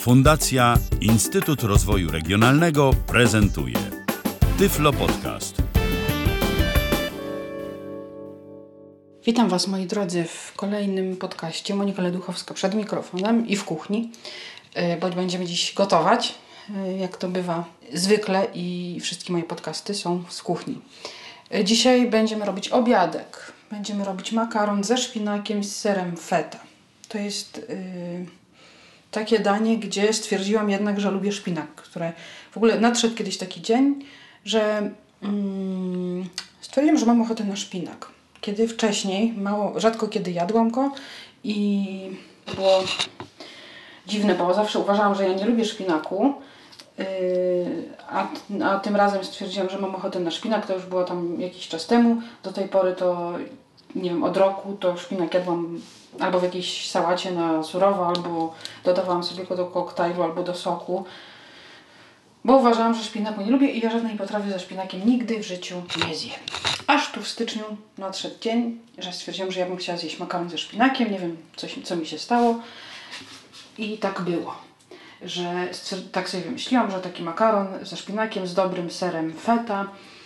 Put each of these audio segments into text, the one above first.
Fundacja Instytut Rozwoju Regionalnego prezentuje Tyflo Podcast. Witam Was, moi drodzy, w kolejnym podcaście. Monika Leduchowska przed mikrofonem i w kuchni, bo będziemy dziś gotować, jak to bywa zwykle, i wszystkie moje podcasty są z kuchni. Dzisiaj będziemy robić obiadek. Będziemy robić makaron ze szpinakiem z serem feta. To jest takie danie, gdzie stwierdziłam jednak, że lubię szpinak, które w ogóle nadszedł kiedyś taki dzień, że stwierdziłam, że mam ochotę na szpinak. Kiedy wcześniej, rzadko kiedy jadłam go i było dziwne, bo zawsze uważałam, że ja nie lubię szpinaku, a tym razem stwierdziłam, że mam ochotę na szpinak. To już było tam jakiś czas temu. Do tej pory to, nie wiem, od roku to szpinak jadłam albo w jakiejś sałacie na surowo, albo dodawałam sobie go do koktajlu, albo do soku, bo uważałam, że szpinaku nie lubię i ja żadnej potrawy ze szpinakiem nigdy w życiu nie zjem. Aż tu w styczniu nadszedł dzień, że stwierdziłam, że ja bym chciała zjeść makaron ze szpinakiem. Nie wiem, co mi się stało. I tak było, że tak sobie wymyśliłam, że taki makaron ze szpinakiem, z dobrym serem feta,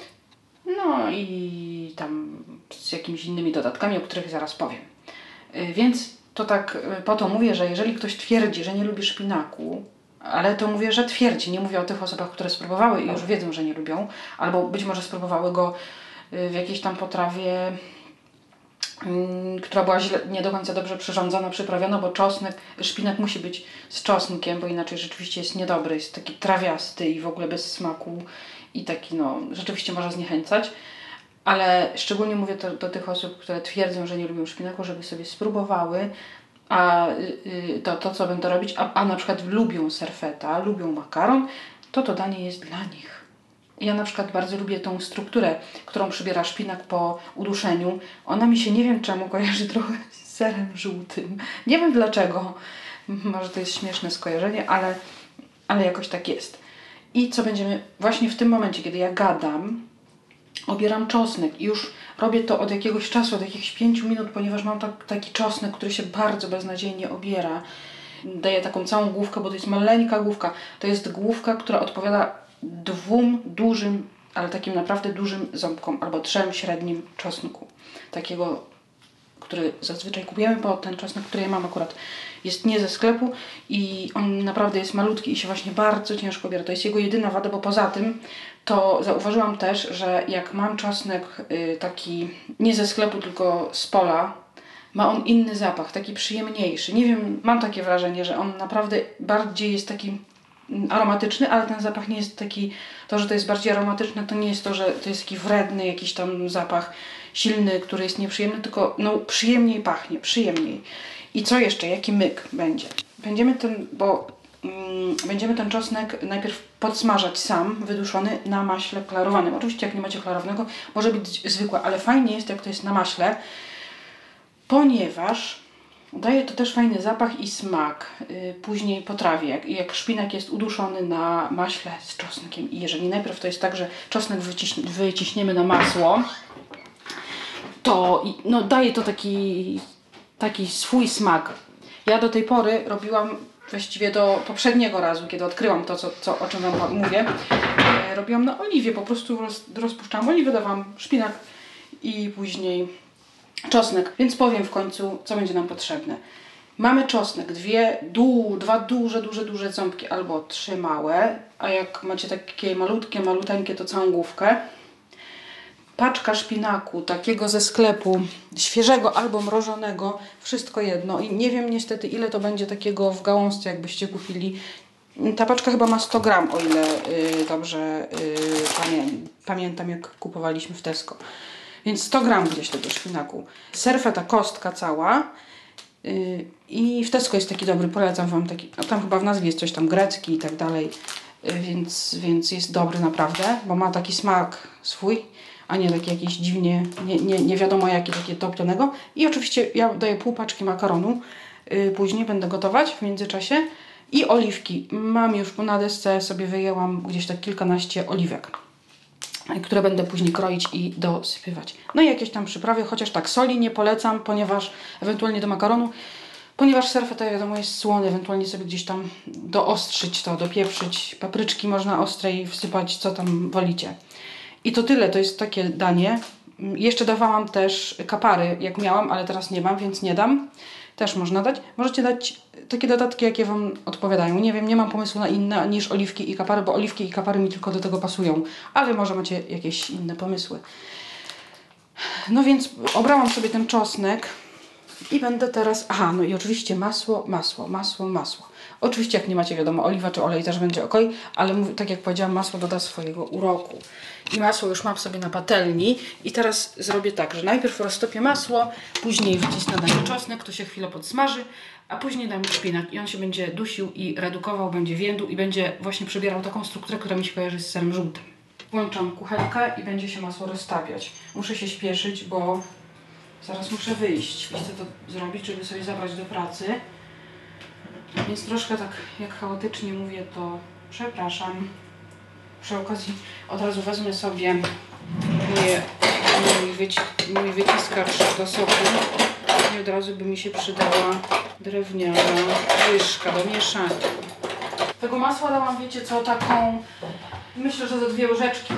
no i tam z jakimiś innymi dodatkami, o których zaraz powiem. Więc to tak po to mówię, że jeżeli ktoś twierdzi, że nie lubi szpinaku, ale to mówię, że twierdzi, nie mówię o tych osobach, które spróbowały i już wiedzą, że nie lubią, albo być może spróbowały go w jakiejś tam potrawie, która była nie do końca dobrze przyrządzona, przyprawiona, bo szpinak musi być z czosnkiem, bo inaczej rzeczywiście jest niedobry, jest taki trawiasty i w ogóle bez smaku i taki, rzeczywiście może zniechęcać. Ale szczególnie mówię to do tych osób, które twierdzą, że nie lubią szpinaku, żeby sobie spróbowały, a to co będę robić, a na przykład lubią ser feta, lubią makaron, to danie jest dla nich. Ja na przykład bardzo lubię tą strukturę, którą przybiera szpinak po uduszeniu. Ona mi się, nie wiem czemu, kojarzy trochę z serem żółtym. Nie wiem dlaczego. Może to jest śmieszne skojarzenie, ale jakoś tak jest. I co będziemy właśnie w tym momencie, kiedy ja gadam, obieram czosnek i już robię to od jakiegoś czasu, od jakichś 5 minut, ponieważ mam taki czosnek, który się bardzo beznadziejnie obiera. Daję taką całą główkę, bo to jest maleńka główka. To jest główka, która odpowiada 2 dużym, ale takim naprawdę dużym ząbkom, albo 3 średnim czosnku. Takiego, który zazwyczaj kupujemy, bo ten czosnek, który ja mam akurat, jest nie ze sklepu i on naprawdę jest malutki i się właśnie bardzo ciężko obiera. To jest jego jedyna wada, bo poza tym to zauważyłam też, że jak mam czosnek taki nie ze sklepu, tylko z pola, ma on inny zapach, taki przyjemniejszy. Nie wiem, mam takie wrażenie, że on naprawdę bardziej jest taki aromatyczny, ale ten zapach nie jest taki, to, że to jest bardziej aromatyczne, to nie jest to, że to jest taki wredny jakiś tam zapach silny, który jest nieprzyjemny, tylko przyjemniej pachnie, przyjemniej. I co jeszcze? Jaki myk będzie? Będziemy ten czosnek najpierw podsmażać sam, wyduszony na maśle klarowanym. Oczywiście jak nie macie klarownego, może być zwykłe, ale fajnie jest, jak to jest na maśle, ponieważ daje to też fajny zapach i smak później potrawie, jak szpinak jest uduszony na maśle z czosnkiem. I jeżeli najpierw to jest tak, że czosnek wyciśniemy na masło, to daje to taki swój smak. Ja do tej pory robiłam, właściwie do poprzedniego razu, kiedy odkryłam to o czym Wam mówię, robiłam na oliwie, po prostu rozpuszczałam oliwę, dawałam szpinak i później czosnek, więc powiem w końcu, co będzie nam potrzebne. Mamy czosnek, 2 duże ząbki albo 3 małe, a jak macie takie maluteńkie, to całą główkę. Paczka szpinaku, takiego ze sklepu, świeżego albo mrożonego, wszystko jedno. I nie wiem niestety, ile to będzie takiego w gałązce, jakbyście kupili. Ta paczka chyba ma 100 gram, o ile dobrze pamiętam, jak kupowaliśmy w Tesco. Więc 100 gram gdzieś tego szpinaku. Ser feta, kostka cała. I w Tesco jest taki dobry, polecam Wam taki. A tam chyba w nazwie jest coś tam grecki i tak dalej. Więc jest dobry naprawdę, bo ma taki smak swój, a nie taki jakiś dziwnie, nie wiadomo jaki, takie topionego. I oczywiście ja daję pół paczki makaronu. Później będę gotować w międzyczasie. I oliwki. Mam już na desce, sobie wyjęłam gdzieś tak kilkanaście oliwek, które będę później kroić i dosypywać. No i jakieś tam przyprawy, chociaż tak soli nie polecam, ponieważ ewentualnie do makaronu, Ponieważ ser feta, wiadomo, jest słony, ewentualnie sobie gdzieś tam doostrzyć to, dopieprzyć. Papryczki można ostrej wsypać, co tam wolicie. I to tyle, to jest takie danie. Jeszcze dawałam też kapary, jak miałam, ale teraz nie mam, więc nie dam. Też można dać. Możecie dać takie dodatki, jakie Wam odpowiadają. Nie wiem, nie mam pomysłu na inne niż oliwki i kapary, bo oliwki i kapary mi tylko do tego pasują. Ale może macie jakieś inne pomysły. No więc obrałam sobie ten czosnek i będę teraz... Aha, no i oczywiście masło. Oczywiście jak nie macie, wiadomo, oliwa czy olej też będzie ok, ale tak jak powiedziałam, masło doda swojego uroku. I masło już mam sobie na patelni i teraz zrobię tak, że najpierw roztopię masło, później wcisnę na nie czosnek, to się chwilę podsmaży, a później dam szpinak i on się będzie dusił i redukował, będzie więdł i będzie właśnie przybierał taką strukturę, która mi się kojarzy z serem żółtym. Włączam kuchenkę i będzie się masło roztapiać. Muszę się śpieszyć, bo zaraz muszę wyjść i chcę to zrobić, żeby sobie zabrać do pracy. Więc troszkę tak jak chaotycznie mówię, to przepraszam. Przy okazji od razu wezmę sobie mój wyciskacz do soku i od razu by mi się przydała drewniana łyżka do mieszania. Tego masła dałam, wiecie co, taką, myślę, że ze 2 łyżeczki.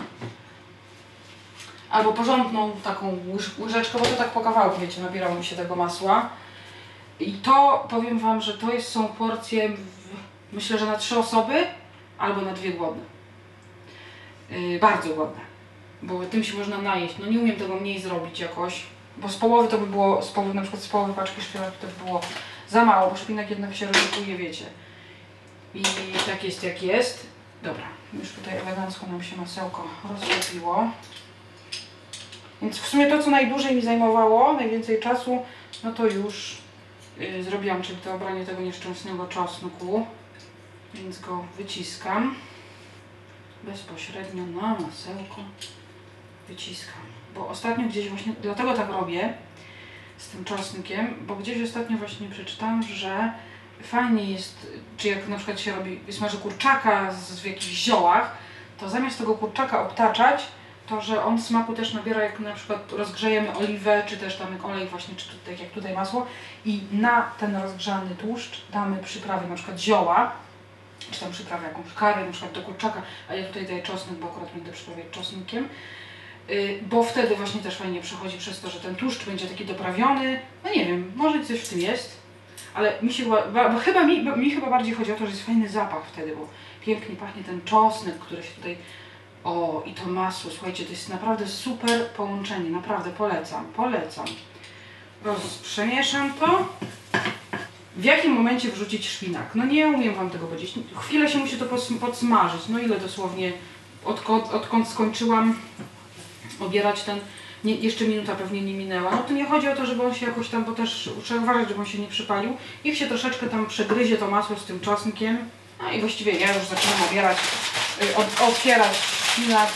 Albo porządną taką łyżeczkę, bo to tak po kawałku, wiecie, nabierało mi się tego masła. I to, powiem Wam, że to są porcje, myślę, że na 3 osoby albo na 2 głodne. Bardzo głodne, bo tym się można najeść. No nie umiem tego mniej zrobić jakoś, bo z połowy to by było, na przykład z połowy paczki szpinaku to by było za mało, bo szpinak jednak się redukuje, wiecie. I tak jest jak jest. Dobra, już tutaj elegancko nam się masełko roztopiło. Więc w sumie to, co najdłużej mi zajmowało, najwięcej czasu, no to już zrobiłam, czyli to obranie tego nieszczęsnego czosnku. Więc go wyciskam. Bezpośrednio na masełko wyciskam. Bo ostatnio gdzieś właśnie, dlatego tak robię z tym czosnkiem, bo gdzieś ostatnio właśnie przeczytałam, że fajnie jest, czy jak na przykład się robi, smaży kurczaka w jakichś ziołach, to zamiast tego kurczaka obtaczać, to że on smaku też nabiera, jak na przykład rozgrzejemy oliwę, czy też tam jak olej właśnie, czy tak jak tutaj masło i na ten rozgrzany tłuszcz damy przyprawy, na przykład zioła, czy tam przyprawę jakąś karę, na przykład do kurczaka, a ja tutaj daję czosnek, bo akurat będę przyprawiać czosnkiem, bo wtedy właśnie też fajnie przechodzi przez to, że ten tłuszcz będzie taki doprawiony, no nie wiem, może coś w tym jest, ale mi się mi chyba bardziej chodzi o to, że jest fajny zapach wtedy, bo pięknie pachnie ten czosnek, który się tutaj, o i to masło, słuchajcie, to jest naprawdę super połączenie, naprawdę polecam. Przemieszam to. W jakim momencie wrzucić szpinak? No nie umiem Wam tego powiedzieć. Chwilę się musi to podsmażyć. No ile dosłownie, odkąd skończyłam obierać ten, jeszcze minuta pewnie nie minęła. No to nie chodzi o to, żeby on się jakoś tam, bo też trzeba uważać, żeby on się nie przypalił. Niech się troszeczkę tam przegryzie to masło z tym czosnkiem. No i właściwie ja już zaczynam otwierać szpinak.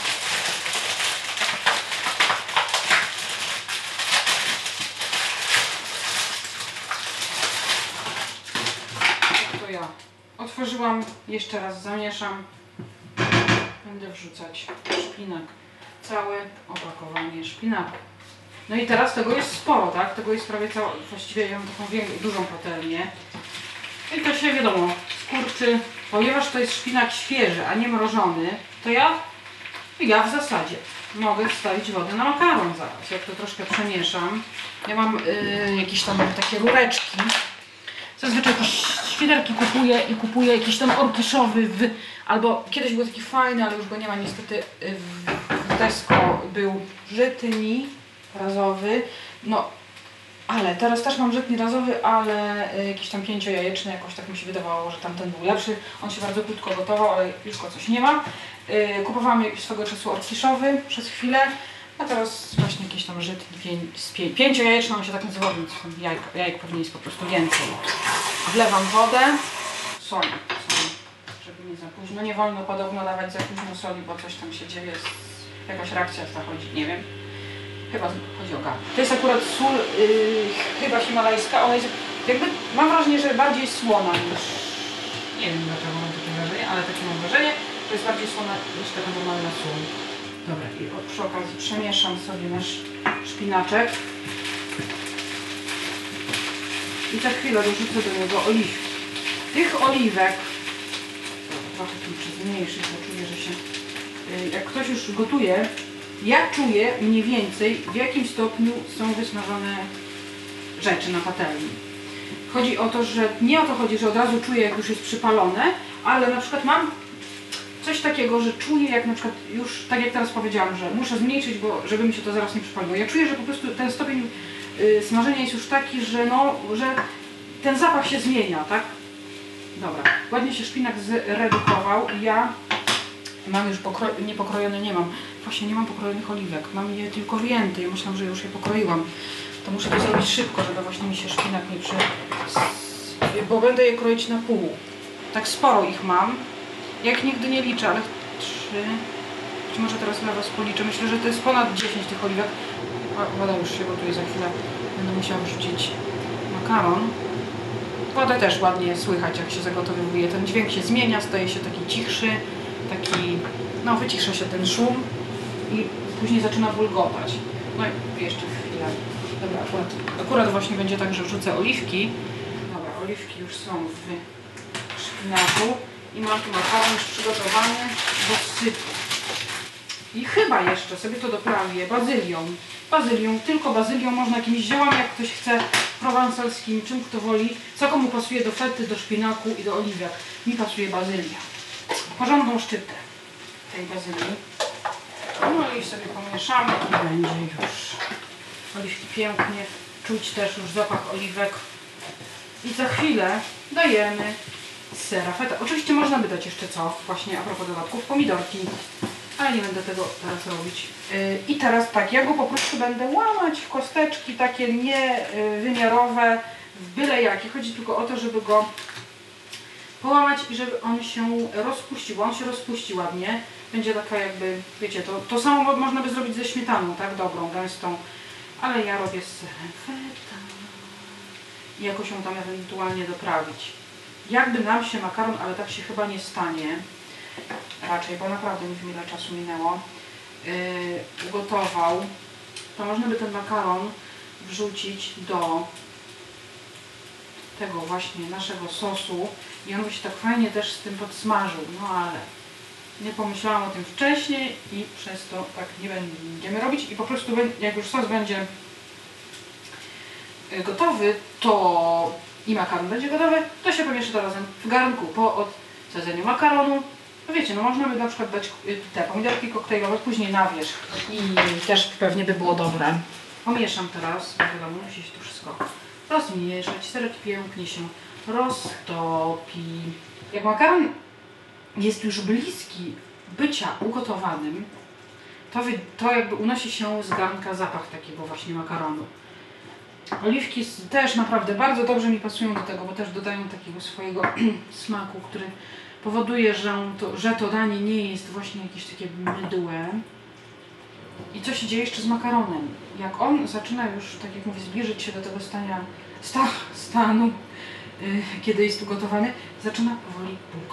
Otworzyłam, jeszcze raz zamieszam, będę wrzucać szpinak, całe opakowanie szpinaku. No i teraz tego jest sporo, tak? Tego jest prawie całe, właściwie ja mam taką dużą patelnię. I to się wiadomo, skurczy, ponieważ to jest szpinak świeży, a nie mrożony, to ja w zasadzie mogę wstawić wodę na makaron zaraz, jak to troszkę przemieszam. Ja mam jakieś tam takie rureczki. Zazwyczaj jakieś świderki kupuję jakiś tam orkiszowy, albo kiedyś był taki fajny, ale już go nie ma niestety, w Tesco był żytni razowy, no ale teraz też mam żytni razowy, ale jakiś tam 5-jajeczny, jakoś tak mi się wydawało, że tamten był lepszy, on się bardzo krótko gotował, ale już go coś nie ma. Kupowałam swego czasu orkiszowy przez chwilę, a teraz właśnie jakieś tam żytni 5-jajeczny, on się tak nazywa, więc jajek pewnie jest po prostu więcej. Wlewam wodę, soli, żeby nie za późno. Nie wolno podobno dawać za późno soli, bo coś tam się dzieje, jakaś reakcja zachodzi, nie wiem. Chyba chodzi o gardło. To jest akurat sól chyba himalajska, ona jest jakby, mam wrażenie, że bardziej słona niż, nie wiem dlaczego mam takie wrażenie, ale takie mam wrażenie, to jest bardziej słona niż taka normalna sól. Dobra, i przy okazji przemieszam sobie nasz szpinaczek. I za chwilę dorzucę do niego oliwki. Tych oliwek, trochę tu muszę zmniejszyć, bo czuję, że się... Jak ktoś już gotuje, ja czuję mniej więcej, w jakim stopniu są wysmażone rzeczy na patelni. Chodzi o to, że nie o to chodzi, że od razu czuję, jak już jest przypalone, ale na przykład mam coś takiego, że czuję, jak na przykład już, tak jak teraz powiedziałam, że muszę zmniejszyć, bo żeby mi się to zaraz nie przypaliło. Ja czuję, że po prostu ten stopień smażenia jest już taki, że no, że ten zapach się zmienia, tak? Dobra, ładnie się szpinak zredukował i ja mam już niepokrojone, nie mam. Właśnie nie mam pokrojonych oliwek, mam je tylko wyjęte. Ja myślałam, że już je pokroiłam. To muszę to zrobić szybko, żeby właśnie mi się szpinak nie bo będę je kroić na pół. Tak sporo ich mam. Jak nigdy nie liczę, ale 3... Czy może teraz na was policzę. Myślę, że to jest ponad 10 tych oliwek. Woda już się gotuje, za chwilę będę musiała wrzucić makaron. Wodę też ładnie słychać, jak się zagotowuje. Ten dźwięk się zmienia, staje się taki cichszy, taki, no wycisza się ten szum i później zaczyna bulgotać. No i jeszcze chwilę. Dobra, akurat właśnie będzie tak, że wrzucę oliwki. Dobra, oliwki już są w szpinaku i mam tu makaron już przygotowany do sypu. I chyba jeszcze sobie to doprawię bazylią. Bazylią, tylko bazylią, można jakimiś ziołami, jak ktoś chce, prowansalskimi, czym kto woli. Co komu pasuje do fety, do szpinaku i do oliwek. Mi pasuje bazylia. Porządną szczyptę tej bazylii. No i sobie pomieszamy i będzie już. Oliwki pięknie, czuć też już zapach oliwek. I za chwilę dajemy sera feta. Oczywiście można by dać jeszcze co, właśnie a propos dodatków, pomidorki. Ale nie będę tego teraz robić. I teraz tak, ja go po prostu będę łamać w kosteczki takie niewymiarowe, w byle jakie. Chodzi tylko o to, żeby go połamać i żeby on się rozpuścił, bo on się rozpuści ładnie. Będzie taka jakby, wiecie, to samo można by zrobić ze śmietaną, tak? Dobrą, gęstą. Ale ja robię z serem feta. I jakoś ją tam ewentualnie doprawić. Jakby nam się makaron, ale tak się chyba nie stanie. Raczej, bo naprawdę nie wiem ile czasu minęło, ugotował, to można by ten makaron wrzucić do tego właśnie naszego sosu i on by się tak fajnie też z tym podsmażył, no ale nie pomyślałam o tym wcześniej i przez to tak nie będziemy robić i po prostu jak już sos będzie gotowy, to i makaron będzie gotowy, to się pomiesza to razem w garnku po odsadzeniu makaronu. No wiecie, no można by na przykład dać te pomidorki koktajlowe później na wierzch i też pewnie by było dobre. Pomieszam teraz, bo wiadomo, musi się tu wszystko rozmieszać, serek pięknie się roztopi. Jak makaron jest już bliski bycia ugotowanym, to jakby unosi się z garnka zapach takiego właśnie makaronu. Oliwki też naprawdę bardzo dobrze mi pasują do tego, bo też dodają takiego swojego smaku, który powoduje, że to danie nie jest właśnie jakieś takie mydłe. I co się dzieje jeszcze z makaronem? Jak on zaczyna już, tak jak mówię, zbliżyć się do tego stanu, kiedy jest ugotowany, zaczyna powoli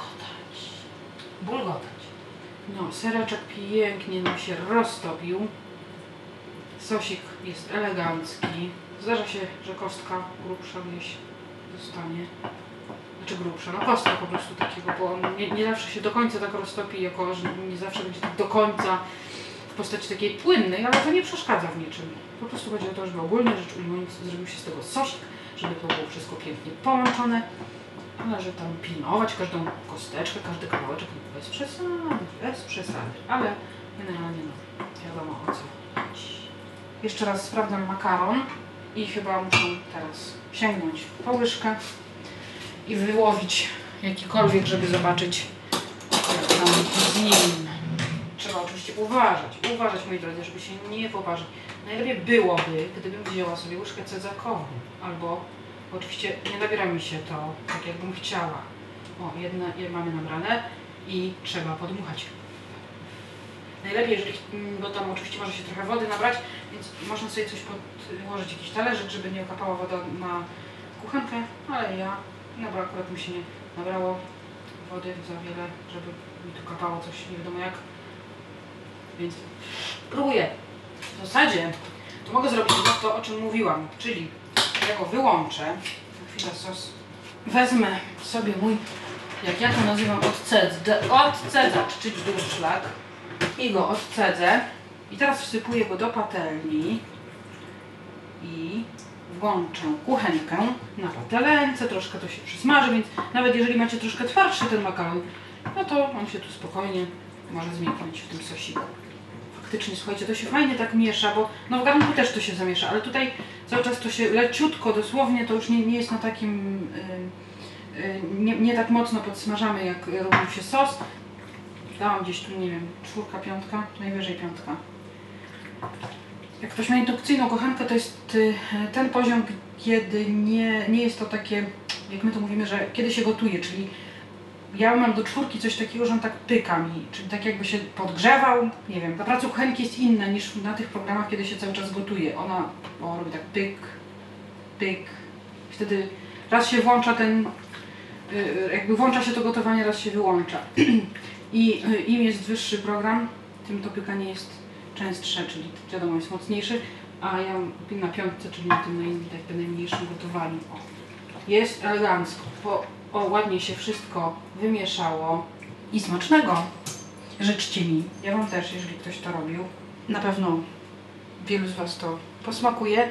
bulgotać. No, sereczek pięknie nam się roztopił. Sosik jest elegancki. Zdarza się, że kostka grubsza gdzieś zostanie. Znaczy grubsza, no kostka po prostu takiego, bo on nie zawsze się do końca tak roztopi, jako że nie zawsze będzie tak do końca w postaci takiej płynnej, ale to nie przeszkadza w niczym. Po prostu chodzi o to, żeby ogólnie rzecz ujmując zrobił się z tego sosik, żeby to było wszystko pięknie połączone. Należy tam pilnować każdą kosteczkę, każdy kawałeczek bez przesady, ale generalnie no, wiadomo o co chodzi. Jeszcze raz sprawdzam makaron i chyba muszę teraz sięgnąć po łyżkę i wyłowić jakikolwiek, żeby zobaczyć jak tam z nim. Trzeba oczywiście uważać moi drodzy, żeby się nie poparzyć. Najlepiej byłoby, gdybym wzięła sobie łyżkę cedzakową, albo oczywiście nie nabiera mi się to tak jakbym chciała. O, jedne mamy nabrane i trzeba podmuchać. Najlepiej, jeżeli, bo tam oczywiście może się trochę wody nabrać, więc można sobie coś podłożyć, jakiś talerzyk, żeby nie okapała woda na kuchenkę, ale ja, no bo akurat mi się nie nabrało wody za wiele, żeby mi tu kapało coś nie wiadomo jak, więc próbuję. W zasadzie to mogę zrobić to, o czym mówiłam, czyli ja go wyłączę na Chwila, sos. Wezmę sobie mój, jak ja to nazywam, odcedzacz, czyli durszlak i go odcedzę. I teraz wsypuję go do patelni i włączę kuchenkę na patelence, troszkę to się przysmaży, więc nawet jeżeli macie troszkę twardszy ten makaron, no to on się tu spokojnie może zmięknąć w tym sosiku. Faktycznie, słuchajcie, to się fajnie tak miesza, bo no w garnku też to się zamiesza, ale tutaj cały czas to się leciutko, dosłownie to już nie jest na takim, nie tak mocno podsmażamy, jak robił się sos. Dałam gdzieś tu, nie wiem, 4, 5, najwyżej 5. Jak ktoś ma indukcyjną kochankę, to jest ten poziom, kiedy nie jest to takie, jak my to mówimy, że kiedy się gotuje, czyli ja mam do 4 coś takiego, że on tak pyka mi, czyli tak jakby się podgrzewał, nie wiem, ta praca kuchenki jest inna niż na tych programach, kiedy się cały czas gotuje. Ona robi tak pyk, pyk, wtedy raz się włącza ten, jakby włącza się to gotowanie, raz się wyłącza. I im jest wyższy program, tym to pykanie jest częstsze, czyli wiadomo jest mocniejszy, a ja na 5, czyli na tym najmniejszym gotowaniu. O, jest elegancko, ładnie się wszystko wymieszało i smacznego. Życzcie mi, ja Wam też, jeżeli ktoś to robił. Na pewno wielu z Was to posmakuje.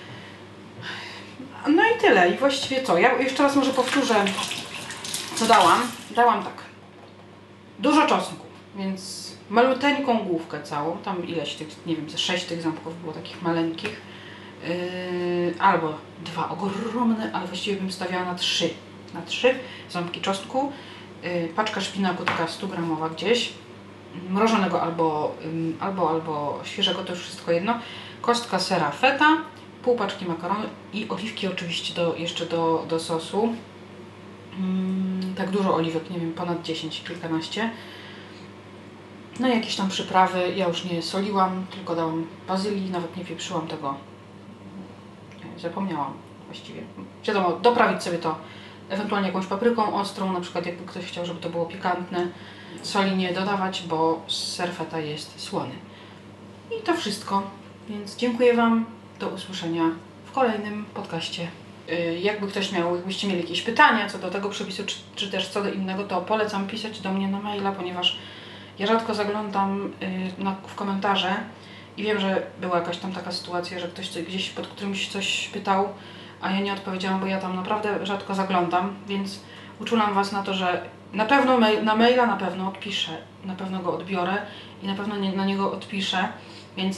No i tyle. I właściwie co? Ja jeszcze raz może powtórzę, co dałam. Dałam tak. Dużo czosnku, więc maluteńką główkę całą, tam ileś tych, nie wiem, ze 6 tych ząbków było takich maleńkich, albo 2 ogromne, ale właściwie bym stawiała na 3 ząbki czosnku, paczka szpinaku taka 100 gramowa gdzieś, mrożonego albo świeżego, to już wszystko jedno, kostka sera feta, pół paczki makaronu i oliwki oczywiście jeszcze do sosu. Tak dużo oliwek, nie wiem, ponad 10, kilkanaście. No i jakieś tam przyprawy, ja już nie soliłam, tylko dałam bazylii, nawet nie pieprzyłam tego. Zapomniałam właściwie. Wiadomo, doprawić sobie to ewentualnie jakąś papryką ostrą, na przykład jakby ktoś chciał, żeby to było pikantne. Soli nie dodawać, bo ser feta jest słony. I to wszystko, więc dziękuję Wam, do usłyszenia w kolejnym podcaście. Jakbyście mieli jakieś pytania co do tego przepisu, czy też co do innego, to polecam pisać do mnie na maila, ponieważ ja rzadko zaglądam w komentarze i wiem, że była jakaś tam taka sytuacja, że ktoś gdzieś pod którymś coś pytał, a ja nie odpowiedziałam, bo ja tam naprawdę rzadko zaglądam, więc uczulam Was na to, że na pewno na maila na pewno odpiszę, na pewno go odbiorę i na pewno na niego odpiszę, więc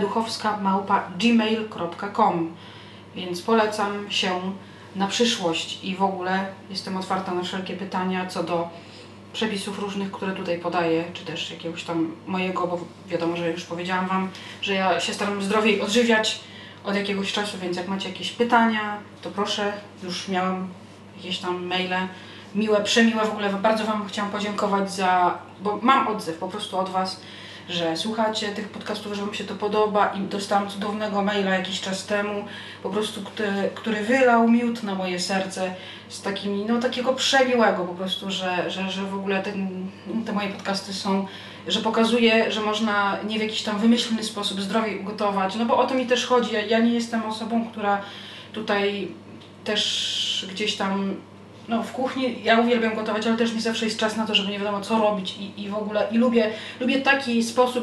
mleduchowska@gmail.com. Więc polecam się na przyszłość i w ogóle jestem otwarta na wszelkie pytania co do przepisów różnych, które tutaj podaję, czy też jakiegoś tam mojego, bo wiadomo, że już powiedziałam Wam, że ja się staram zdrowiej odżywiać od jakiegoś czasu, więc jak macie jakieś pytania, to proszę, już miałam jakieś tam maile miłe, przemiłe, w ogóle bardzo Wam chciałam podziękować bo mam odzew po prostu od Was, że słuchacie tych podcastów, że Wam się to podoba i dostałam cudownego maila jakiś czas temu, po prostu, który wylał miód na moje serce z takimi, takiego przemiłego po prostu, że w ogóle te moje podcasty są, że pokazuje, że można nie w jakiś tam wymyślny sposób zdrowiej ugotować, no bo o to mi też chodzi, ja nie jestem osobą, która tutaj też gdzieś tam w kuchni, ja uwielbiam gotować, ale też mi zawsze jest czas na to, żeby nie wiadomo co robić i w ogóle, i lubię taki sposób,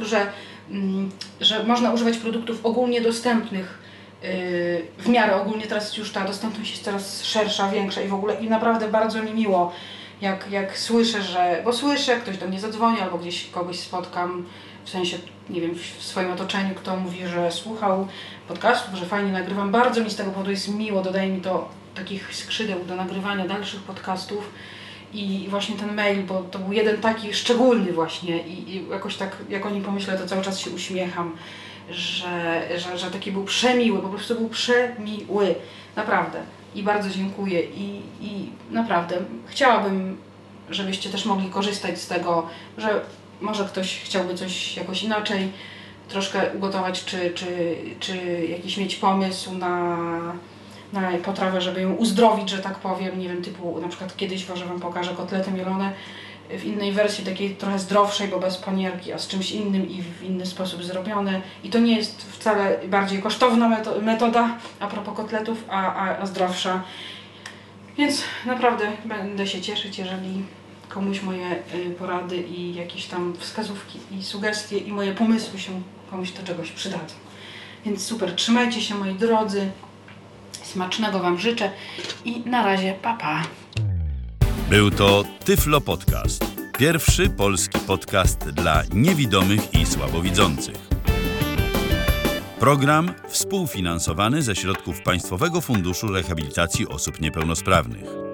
że można używać produktów ogólnie dostępnych, w miarę ogólnie, teraz już ta dostępność jest coraz szersza, większa i w ogóle, i naprawdę bardzo mi miło, jak słyszę, bo słyszę, ktoś do mnie zadzwoni albo gdzieś kogoś spotkam, w sensie, nie wiem, w swoim otoczeniu, kto mówi, że słuchał podcastów, że fajnie nagrywam, bardzo mi z tego powodu jest miło, dodaje mi to takich skrzydeł do nagrywania dalszych podcastów i właśnie ten mail, bo to był jeden taki szczególny właśnie i jakoś tak, jak o nim pomyślę, to cały czas się uśmiecham, że taki był przemiły, po prostu był przemiły, naprawdę. I bardzo dziękuję i naprawdę chciałabym, żebyście też mogli korzystać z tego, że może ktoś chciałby coś jakoś inaczej troszkę ugotować, czy jakiś mieć pomysł na potrawę, żeby ją uzdrowić, że tak powiem, nie wiem, typu na przykład kiedyś może Wam pokażę kotlety mielone w innej wersji, takiej trochę zdrowszej, bo bez panierki, a z czymś innym i w inny sposób zrobione. I to nie jest wcale bardziej kosztowna metoda a propos kotletów, a zdrowsza. Więc naprawdę będę się cieszyć, jeżeli komuś moje porady i jakieś tam wskazówki i sugestie i moje pomysły się komuś do czegoś przydadzą. Więc super, trzymajcie się moi drodzy, smacznego Wam życzę i na razie, pa pa. Był to Tyflo Podcast. Pierwszy polski podcast dla niewidomych i słabowidzących. Program współfinansowany ze środków Państwowego Funduszu Rehabilitacji Osób Niepełnosprawnych.